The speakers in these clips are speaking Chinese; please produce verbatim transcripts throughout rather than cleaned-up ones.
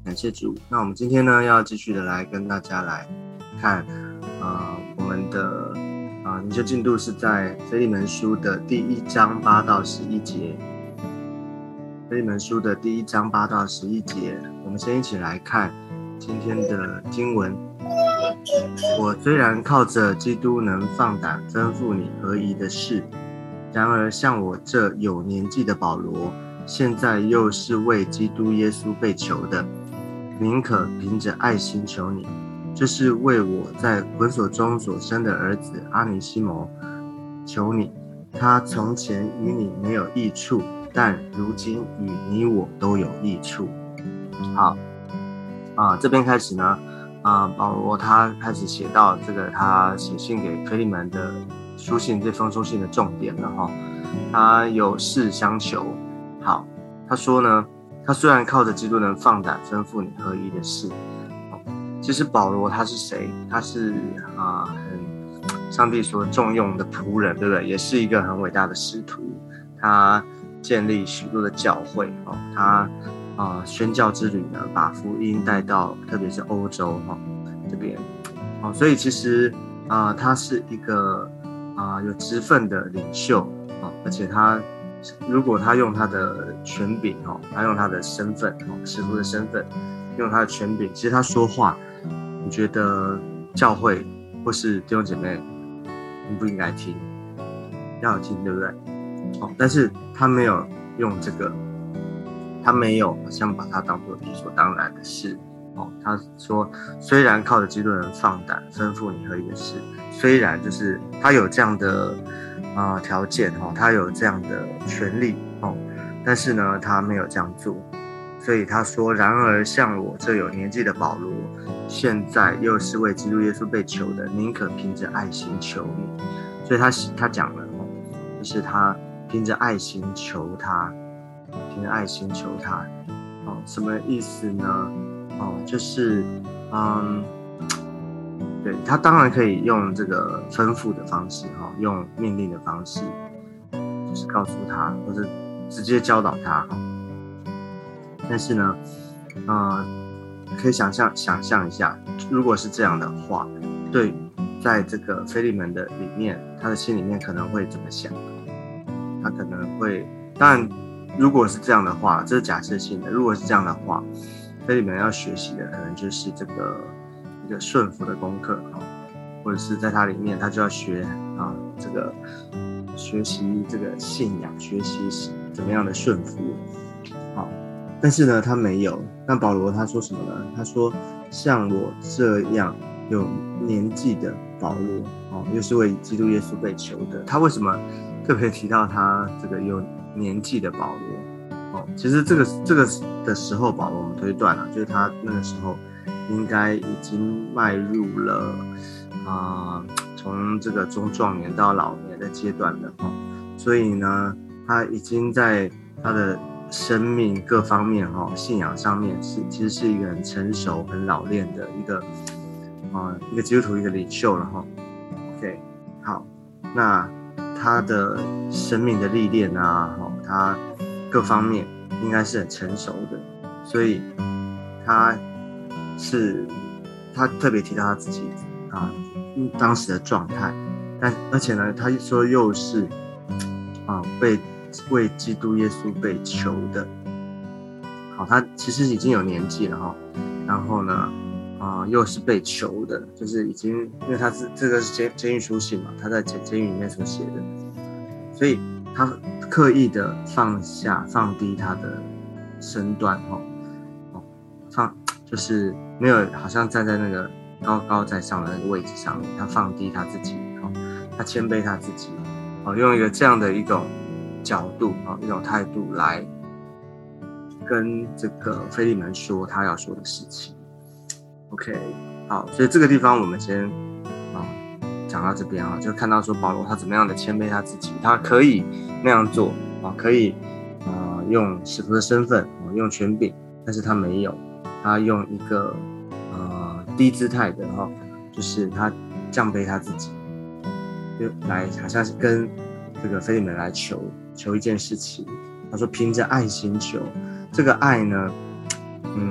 感谢主。那我们今天呢，要继续的来跟大家来看，呃，我们的啊灵修进度是在腓利门书的第一章八到十一节。腓利门书的第一章八到十一节，我们先一起来看今天的经文。我虽然靠着基督能放胆吩咐你合宜的事，然而像我这有年纪的保罗，现在又是为基督耶稣被囚的，宁可凭着爱心求你。这是为我在捆锁中所生的儿子阿尼西摩求你，他从前与你没有益处，但如今与你我都有益处。好，啊，这边开始呢，啊，保罗他开始写到这个他写信给腓利门的书信，这封书信的重点了哈。他有事相求。好，他说呢，他虽然靠着基督能放胆吩咐你合宜的事。其实保罗他是谁？他是啊、呃，很上帝所重用的仆人，对不对？也是一个很伟大的使徒。他建立许多的教会，哦，他啊、呃、宣教之旅呢，把福音带到特别是欧洲哈、哦、这边，哦，所以其实啊、呃，他是一个啊、呃、有职分的领袖啊、哦，而且他如果他用他的权柄哦，他用他的身份哦，使徒的身份，用他的权柄，其实他说话。你觉得教会或是弟兄姐妹，你不应该听，要有听，对不对？哦，但是他没有用这个，他没有好像把它当作理所当然的事。哦，他说，虽然靠着基督能放胆吩咐你合宜的事，虽然就是他有这样的啊、呃、条件哦，他有这样的权利哦，但是呢，他没有这样做。所以他说，然而像我这有年纪的保罗，现在又是为基督耶稣被囚的，宁可凭着爱心求你。所以他他讲了，就是他凭着爱心求他，凭着爱心求他，哦，什么意思呢？哦，就是嗯，对，他当然可以用这个吩咐的方式，哈，用命令的方式，就是告诉他，或者直接教导他，哈。但是呢，呃，可以想象想象一下，如果是这样的话，对，在这个腓利门的里面，他的心里面可能会怎么想？他可能会，当然，如果是这样的话，这是假设性的。如果是这样的话，腓利门要学习的可能就是这个一个顺服的功课，或者是在他里面，他就要学啊，这个学习这个信仰，学习怎么样的顺服，好。但是呢，他没有。那保罗他说什么呢？他说：“像我这样有年纪的保罗，哦，又是为基督耶稣被囚的。”他为什么特别提到他这个有年纪的保罗？哦，其实这个这个的时候，保罗我们推断了，就是他那个时候应该已经迈入了啊、呃，从这个中壮年到老年的阶段了，哦，所以呢，他已经在他的生命各方面哈，信仰上面是其实是一个很成熟、很老练的一个啊、呃、一个基督徒，一个领袖了哈。OK， 好，那他的生命的历练啊，哈，他各方面应该是很成熟的，所以他是他特别提到他自己啊当时的状态，但而且呢，他说又是啊被。为基督耶稣被囚的，好，他其实已经有年纪了哈，然后呢，啊、呃，又是被囚的，就是已经，因为他是这个是监监狱书信嘛，他在监监狱里面所写的，所以他刻意的放下、放低他的身段哈，哦，放就是没有好像站在那个高高在上的那个位置上面，他放低他自己，哦，他谦卑他自己，哦，用一个这样的一种角度啊，一种态度来跟这个腓利门说他要说的事情。OK， 好，所以这个地方我们先啊讲到这边啊，就看到说保罗他怎么样的谦卑他自己，他可以那样做啊，可以啊用使徒的身份啊用权柄，但是他没有，他用一个呃低姿态的哈，就是他降卑他自己，就来好像是跟这个腓利门来求。求一件事情，他说凭着爱心求，这个爱呢，嗯，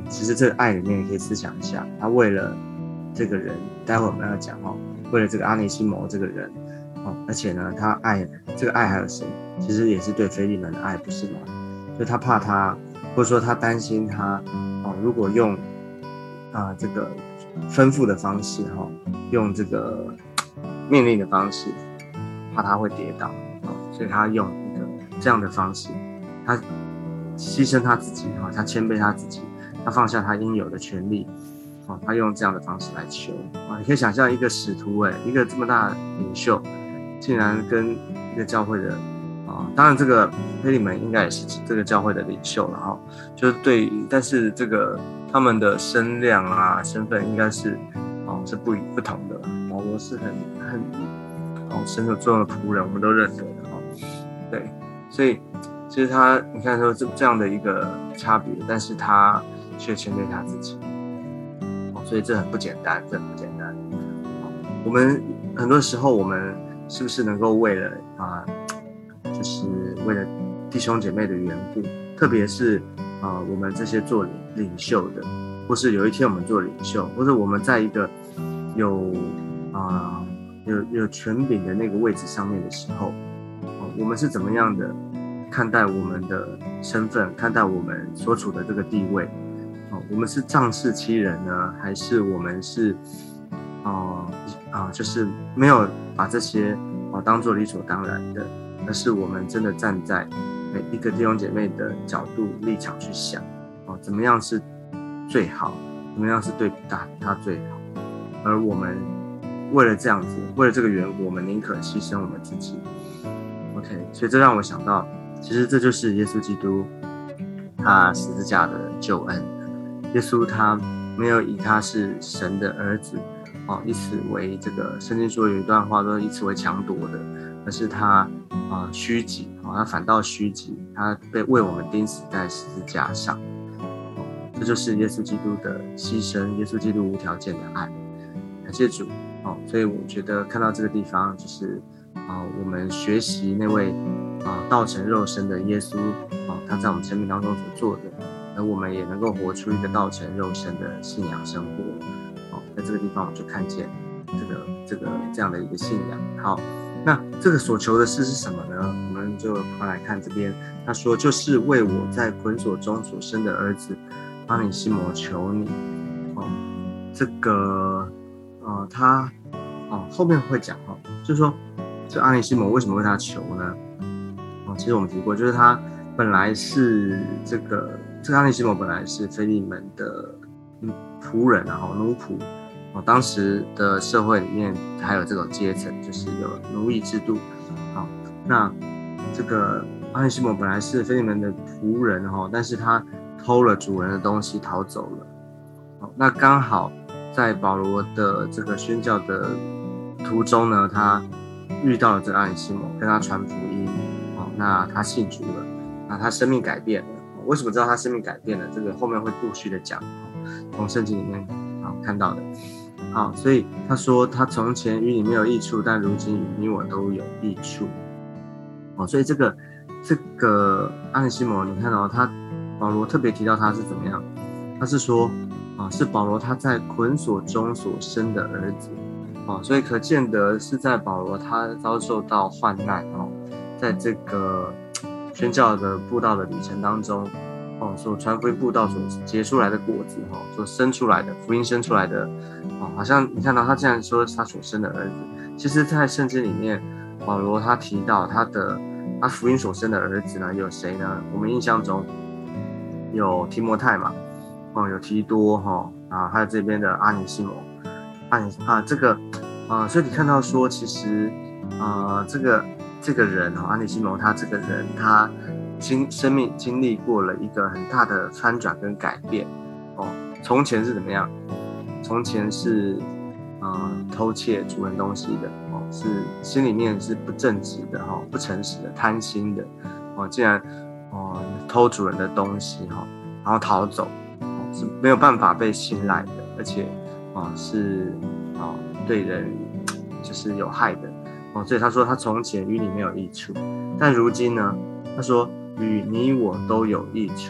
其实这个爱里面可以思想一下，他为了这个人，待会我们要讲哦，为了这个阿尼西摩这个人哦，而且呢，他爱这个爱还有谁？其实也是对腓利门的爱，不是吗？所以他怕他，或者说他担心他哦，如果用啊、呃、这个吩咐的方式哈、哦，用这个命令的方式，怕他会跌倒哦，所以他用一个这样的方式，他牺牲他自己哈、哦，他谦卑他自己，他放下他应有的权利。哦，他用这样的方式来求啊！你可以想象一个使徒，哎，一个这么大的领袖，竟然跟一个教会的啊，当然这个腓利门应该也是这个教会的领袖了哈，就是对，但是这个他们的身量啊、身份应该是哦是不不同的。保罗是很很哦神所作用的仆人，我们都认得的哈。对，所以其实他你看说这这样的一个差别，但是他却谦卑他自己。所以这很不简单，这很不简单。我们很多时候，我们是不是能够为了啊、呃，就是为了弟兄姐妹的缘故，特别是啊、呃，我们这些做领袖的，或是有一天我们做领袖，或者我们在一个有啊、呃、有有权柄的那个位置上面的时候，呃、我们是怎么样的看待我们的身份，看待我们所处的这个地位？我们是仗势欺人呢，还是我们是啊啊、呃呃，就是没有把这些啊、呃、当作理所当然的，而是我们真的站在每一个弟兄姐妹的角度立场去想，哦、呃，怎么样是最好，怎么样是对他他最好，而我们为了这样子，为了这个缘故，我们宁可牺牲我们自己。OK， 所以这让我想到，其实这就是耶稣基督他十字架的救恩。耶稣他没有以他是神的儿子哦，以此为这个圣经说有一段话说以此为强夺的，而是他啊、呃、虚己哦，他反倒虚己，他被为我们钉死在十字架上哦，这就是耶稣基督的牺牲，耶稣基督无条件的爱，感谢主哦。所以我觉得看到这个地方就是啊、呃，我们学习那位啊、呃、道成肉身的耶稣啊、呃，他在我们生命当中所做的。而我们也能够活出一个道成肉身的信仰生活，哦，在这个地方我们就看见这个这个这样的一个信仰。好，那这个所求的事是什么呢？我们就快来看这边，他说就是为我在捆锁中所生的儿子阿尼西摩求你。哦，这个呃他哦后面会讲哈、哦，就是说这阿尼西摩为什么为他求呢？哦，其实我们提过，就是他本来是这个。这个阿尼西摩本来是腓利门的仆人，然后奴仆哦，当时的社会里面还有这种阶层，就是有奴役制度。好，那这个阿尼西摩本来是腓利门的仆人哈，但是他偷了主人的东西逃走了。好，那刚好在保罗的这个宣教的途中呢，他遇到了这个阿尼西摩，跟他传福音。好，那他信主了，那他生命改变了。为什么知道他生命改变了？这个后面会陆续的讲，从圣经里面好看到的。好，所以他说他从前与你没有益处，但如今与你我都有益处。哦，所以这个这个阿尼西摩，你看到、哦、他保罗特别提到他是怎么样？他是说啊，是保罗他在捆锁中所生的儿子。哦，所以可见得是在保罗他遭受到患难哦，在这个。宣教的布道的旅程当中，哦，所传福音布道所结出来的果子，哦，所生出来的福音生出来的，哦，好像你看到他竟然说他所生的儿子，其实，在圣经里面，保罗他提到他的他福音所生的儿子呢，有谁呢？我们印象中有提摩太嘛，哦，有提多哈、哦，啊，还有这边的阿尼西摩，阿尼啊，这个啊，所以你看到说，其实啊，这个。这个人哦，阿尼西摩他这个人，他经生命经历过了一个很大的翻转跟改变哦。从前是怎么样？从前是呃偷窃主人东西的哦，是心里面是不正直的哈、哦，不诚实的，贪心的哦，竟然哦偷主人的东西哈、哦，然后逃走哦，是没有办法被信赖的，而且啊、哦、是啊、哦、对人就是有害的。哦，所以他说他从前与你没有益处，但如今呢，他说与你我都有益处。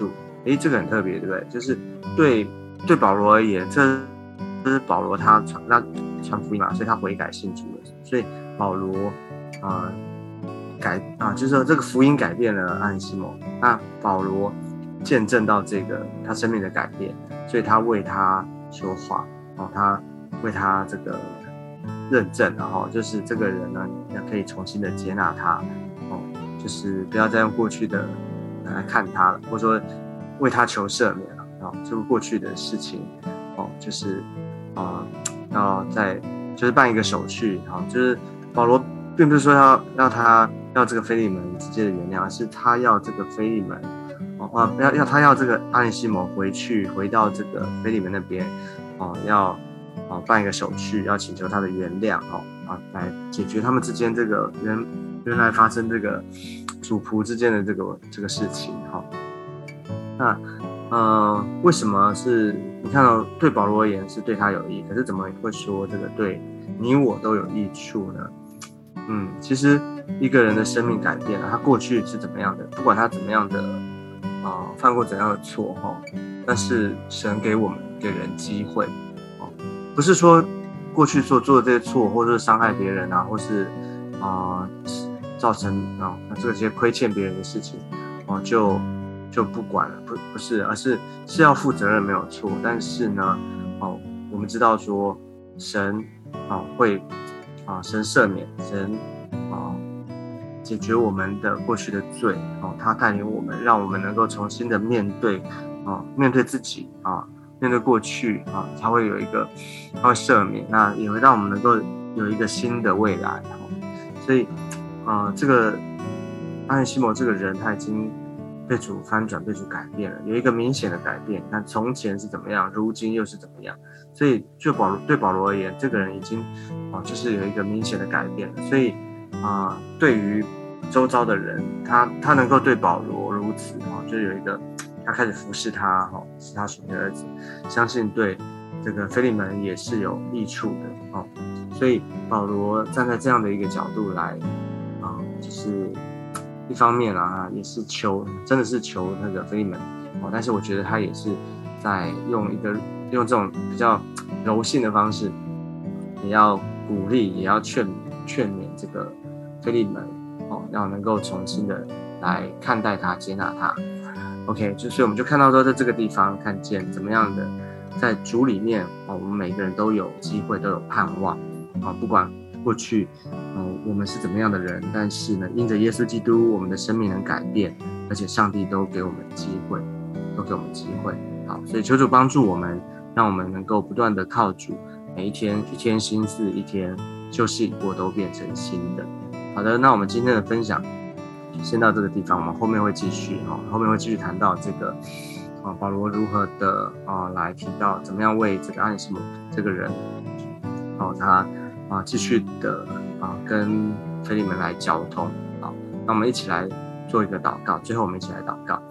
诶，这个很特别，对不对？就是对对保罗而言，这这是保罗他传那传福音嘛，所以他悔改信主了，所以保罗啊、呃、改啊，就是说这个福音改变了安尼西摩，那保罗见证到这个他生命的改变，所以他为他说话哦，他为他这个认证，然后就是这个人呢也可以重新的接纳他哦，就是不要再用过去的来看他了，或者说为他求赦免了啊，这个过去的事情哦，就是啊、呃、要再就是办一个手续啊，就是保罗并不是说要要他要这个腓利门直接的原谅，而是他要这个腓利门哦啊要要他要这个安尼西摩回去回到这个腓利门那边哦，要啊办一个手续，要请求他的原谅哦啊，来解决他们之间这个原原来发生这个主仆之间的这个这个事情哈、哦。那呃为什么是你看到对保罗而言是对他有益，可是怎么会说这个对你我都有益处呢？嗯，其实一个人的生命改变了，他过去是怎么样的，不管他怎么样的啊、呃、犯过怎样的错哈、哦，但是神给我们给人机会哦，不是说过去所做的这些错，或者是伤害别人啊，或是啊、呃、造成啊、哦、这些亏欠别人的事情哦，就就不管了，不不是，而是是要负责任没有错，但是呢哦，我们知道说神哦会啊神赦免，神啊解决我们的过去的罪哦，他带领我们，让我们能够重新的面对啊面对自己啊。面对过去啊，他会有一个，他会赦免，那也会让我们能够有一个新的未来。所以，啊，这个安尼西摩这个人，他已经被主翻转，被主改变了，有一个明显的改变。那从前是怎么样，如今又是怎么样？所以，就保对保罗而言，这个人已经啊，就是有一个明显的改变了。所以啊，对于周遭的人，他他能够对保罗如此啊，就有一个。他开始服侍他，哦，是他属灵的儿子，相信对这个腓利门也是有益处的，哦，所以保罗站在这样的一个角度来，啊、哦，就是一方面啊，也是求，真的是求那个腓利门，哦，但是我觉得他也是在用一个用这种比较柔性的方式，也要鼓励，也要劝劝勉这个腓利门，哦，要能够重新的来看待他，接纳他。OK， 就所以我们就看到说，在这个地方看见怎么样的，在主里面哦，我们每个人都有机会，都有盼望啊、哦。不管过去，呃，我们是怎么样的人，但是呢，因着耶稣基督，我们的生命能改变，而且上帝都给我们机会，都给我们机会。好，所以求主帮助我们，让我们能够不断的靠主，每一天一天新似一天，旧事已过，都变成新的。好的，那我们今天的分享。先到这个地方，我们后面会继续哦，后面会继续谈到这个啊，保罗如何的啊来提到怎么样为这个安尼西摩这个人哦，他啊继续的啊跟腓利门来交通。好，那我们一起来做一个祷告，最后我们一起来祷告。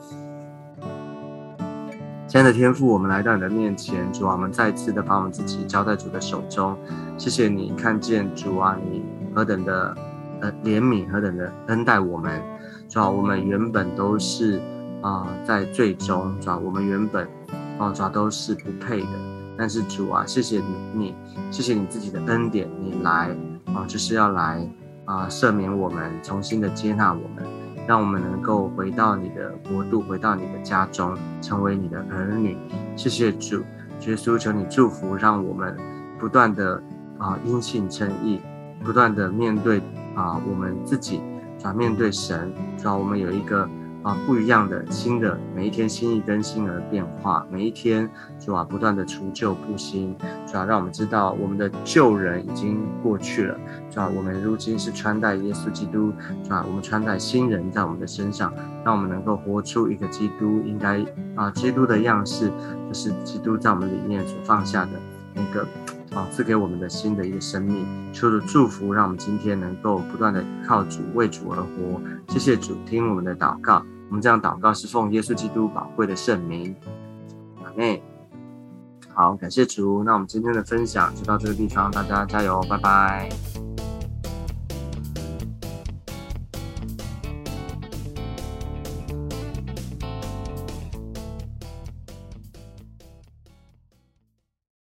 亲爱的天父，我们来到你的面前，主啊，我们再次的把我们自己交在主的手中，谢谢你看见主啊，你何等的呃怜悯，何等的恩待我们。主啊，我们原本都是啊、呃、在罪中，主啊，我们原本啊主啊都是不配的，但是主啊，谢谢你，你谢谢你自己的恩典，你来啊就是要来啊赦免我们，重新的接纳我们，让我们能够回到你的国度，回到你的家中，成为你的儿女。谢谢主，耶稣，求你祝福，让我们不断的啊因信称义，不断的面对啊我们自己。主啊，面对神，主啊，我们有一个啊不一样的新的每一天心意更新而变化，每一天主啊不断的除旧布新，主啊让我们知道我们的旧人已经过去了，主啊我们如今是穿戴耶稣基督，主啊我们穿戴新人在我们的身上，让我们能够活出一个基督应该啊基督的样式，就是基督在我们里面所放下的那个。啊，赐给我们的新的一个生命，求主祝福，让我们今天能够不断的靠主为主而活。谢谢主，听我们的祷告，我们这样祷告是奉耶稣基督宝贵的圣名，阿们。好，感谢主，那我们今天的分享就到这个地方，大家加油，拜拜。